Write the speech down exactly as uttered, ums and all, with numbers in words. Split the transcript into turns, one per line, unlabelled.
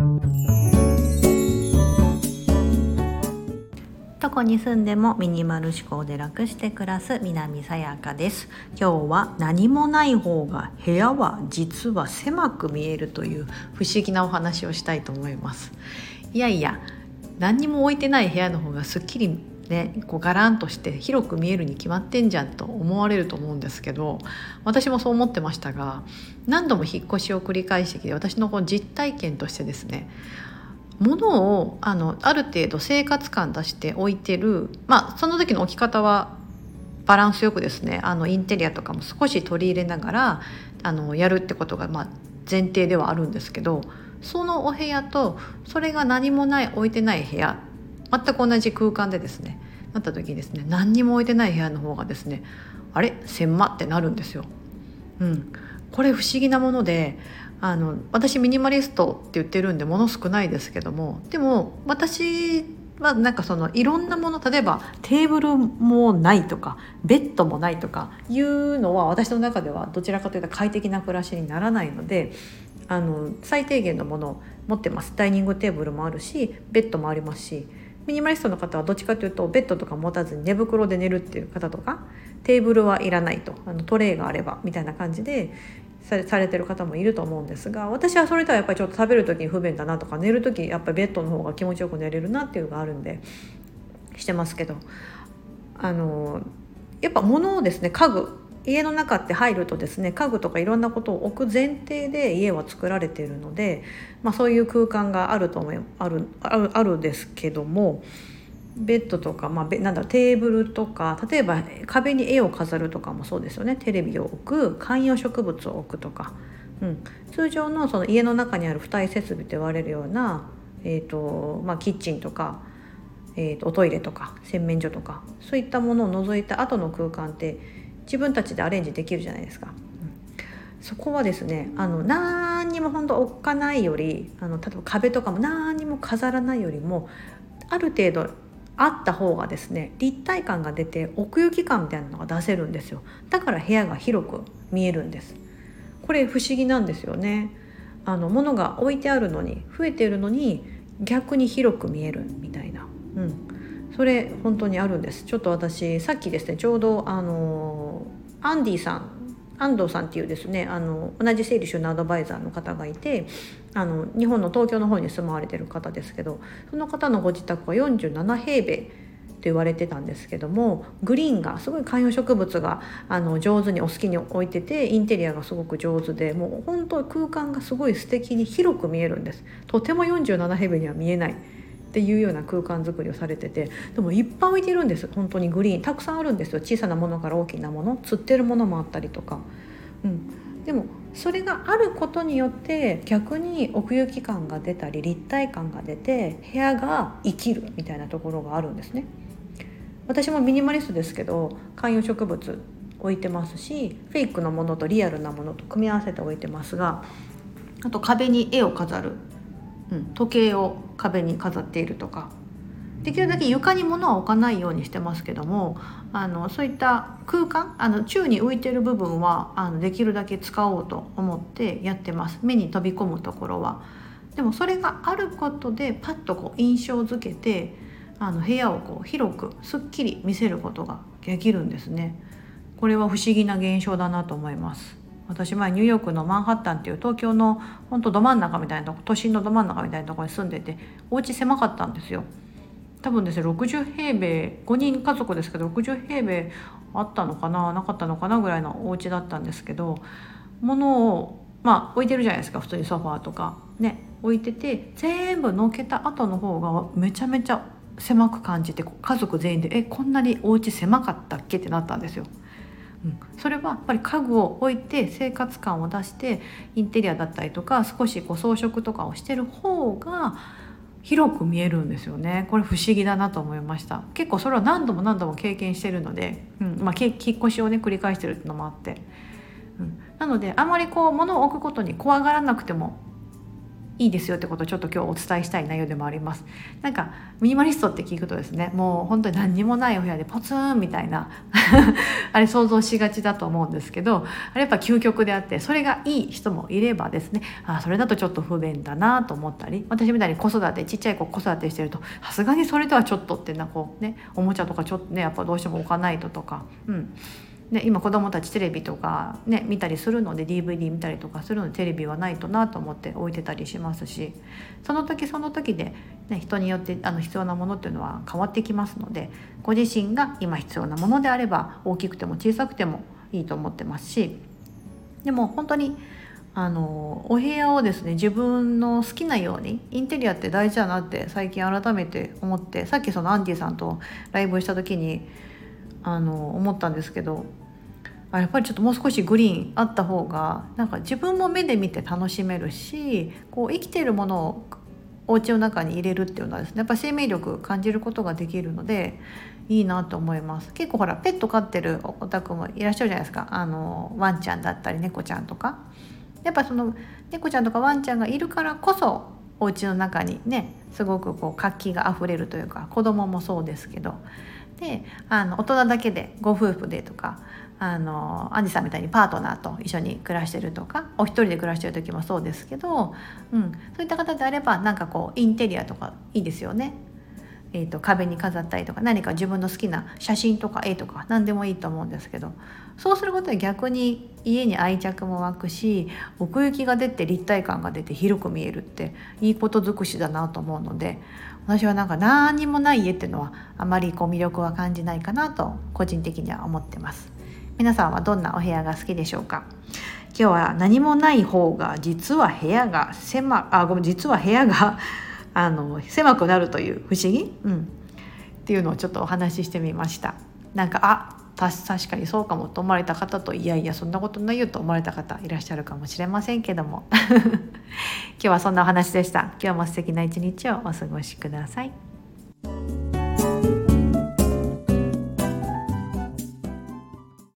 どこに住んでもミニマル思考で楽して暮らす南さやかです。今日は何もない方が部屋は実は狭く見えるという不思議なお話をしたいと思います。いやいや、何にも置いてない部屋の方がすっきりね、こうガランとして広く見えるに決まってんじゃんと思われると思うんですけど、私もそう思ってましたが、何度も引っ越しを繰り返してきて、私のこう実体験としてですね、物をあのある程度生活感出して置いてる、まあその時の置き方はバランスよくですね、あのインテリアとかも少し取り入れながらあのやるってことがまあ前提ではあるんですけど、そのお部屋とそれが何もない置いてない部屋、全く同じ空間でですねなった時にですね、何にも置いてない部屋の方がですね、あれ狭ってなるんですよ。うん、これ不思議なもので、あの私ミニマリストって言ってるんで物少ないですけども、でも私はなんかそのいろんなもの、例えばテーブルもないとかベッドもないとかいうのは私の中ではどちらかというと快適な暮らしにならないので、あの最低限のものを持ってます。ダイニングテーブルもあるしベッドもありますし、ミニマリストの方はどっちかというとベッドとか持たずに寝袋で寝るっていう方とか、テーブルはいらないと、あのトレイがあればみたいな感じでされ、されてる方もいると思うんですが、私はそれとはやっぱりちょっと食べる時に不便だなとか、寝る時やっぱりベッドの方が気持ちよく寝れるなっていうのがあるんでしてますけど、あのやっぱ物をですね、家具、家の中って入るとですね、家具とかいろんなことを置く前提で家は作られているので、まあ、そういう空間があると思いあるあるあるんですけども、ベッドとか、まあ、なんだテーブルとか、例えば壁に絵を飾るとかもそうですよね。テレビを置く、観葉植物を置くとか、うん、通常のその家の中にある付帯設備と言われるような、えーとまあ、キッチンとか、えーとおトイレとか洗面所とか、そういったものを除いた後の空間って自分たちでアレンジできるじゃないですか。そこはですね、あの何にも本当置かないより、あの例えば壁とかも何にも飾らないよりも、ある程度あった方がですね、立体感が出て奥行き感みたいなのが出せるんですよ。だから部屋が広く見えるんです。これ不思議なんですよね。あの物が置いてあるのに、増えているのに逆に広く見えるみたいな、うん、それ本当にあるんです。ちょっと私さっきですね、ちょうどあのアンディさん安藤さんっていうですね、あの同じ整理収納アドバイザーの方がいて、あの日本の東京の方に住まわれてる方ですけど、その方のご自宅はよんじゅうななへいべいと言われてたんですけども、グリーンがすごい観葉植物があの上手にお好きに置いてて、インテリアがすごく上手で、もう本当空間がすごい素敵に広く見えるんです。とてもよんじゅうななへいべいには見えないっていうような空間作りをされてて、でもいっぱい置いてるんです。本当にグリーンたくさんあるんですよ。小さなものから大きなもの、釣ってるものもあったりとか、うん、でもそれがあることによって逆に奥行き感が出たり立体感が出て部屋が生きるみたいなところがあるんですね。私もミニマリストですけど観葉植物置いてますし、フェイクのものとリアルなものと組み合わせて置いてますが、あと壁に絵を飾る、うん、時計を壁に飾っているとか、できるだけ床に物は置かないようにしてますけども、あのそういった空間、あの宙に浮いてる部分はあのできるだけ使おうと思ってやってます。目に飛び込むところは。でもそれがあることでパッとこう印象づけて、あの部屋をこう広くすっきり見せることができるんですね。これは不思議な現象だなと思います。私前ニューヨークのマンハッタンっていう東京の本当ど真ん中みたいなとこ、都心のど真ん中みたいなところに住んでて、お家狭かったんですよ。多分ですねろくじゅうへいべい、ごにん家族ですけどろくじゅうへいべいあったのかななかったのかなぐらいのお家だったんですけど、物をまあ置いてるじゃないですか、普通にソファーとかね置いてて、全部のけた後の方がめちゃめちゃ狭く感じて、家族全員でえこんなにお家狭かったっけってなったんですよ。うん、それはやっぱり家具を置いて生活感を出してインテリアだったりとか少しこう装飾とかをしてる方が広く見えるんですよね。これ不思議だなと思いました。結構それは何度も何度も経験してるので、うんまあ、引っ越しをね繰り返してるってのもあって、うん、なのであまりこう物を置くことに怖がらなくてもいいですよってことをちょっと今日お伝えしたい内容でもあります。なんかミニマリストって聞くとですね、もう本当に何にもないお部屋でポツンみたいなあれ想像しがちだと思うんですけど、あれやっぱ究極であって、それがいい人もいればですね、あそれだとちょっと不便だなと思ったり、私みたいに子育てちっちゃい子子育てしてるとさすがにそれではちょっとってなこうね、おもちゃとかちょっとねやっぱどうしても置かないととか、うんね、今子どもたちテレビとか、ね、見たりするので ディーブイディー 見たりとかするのでテレビはないとなと思って置いてたりしますし、その時その時で、ね、人によってあの必要なものっていうのは変わってきますので、ご自身が今必要なものであれば大きくても小さくてもいいと思ってますし、でも本当にあのお部屋をですね自分の好きなように、インテリアって大事だなって最近改めて思って、さっきそのアンディさんとライブした時にあの思ったんですけど、あやっぱりちょっともう少しグリーンあった方がなんか自分も目で見て楽しめるし、こう生きているものをお家の中に入れるっていうのはですね、やっぱ生命力感じることができるのでいいなと思います。結構ほらペット飼ってるお宅もいらっしゃるじゃないですか。あのワンちゃんだったり猫ちゃんとか、やっぱその猫ちゃんとかワンちゃんがいるからこそお家の中にねすごくこう活気があふれるというか、子供もそうですけど、であの大人だけでご夫婦でとか、あのアンジさんみたいにパートナーと一緒に暮らしてるとか、お一人で暮らしてる時もそうですけど、うん、そういった方であればなんかこうインテリアとかいいですよね。えーと、壁に飾ったりとか、何か自分の好きな写真とか絵とか何でもいいと思うんですけど、そうすることで逆に家に愛着も湧くし、奥行きが出て立体感が出て広く見えるっていいこと尽くしだなと思うので、私はなんか何にもない家っていうのはあまりこう魅力は感じないかなと個人的には思ってます。皆さんはどんなお部屋が好きでしょうか。今日は何もない方が実は部屋が狭あごめん実は部屋があの狭くなるという不思議、うん、っていうのをちょっとお話ししてみました。なんかあた確かにそうかもと思われた方と、いやいやそんなことないよと思われた方いらっしゃるかもしれませんけども今日はそんなお話でした。今日も素敵な一日をお過ごしください。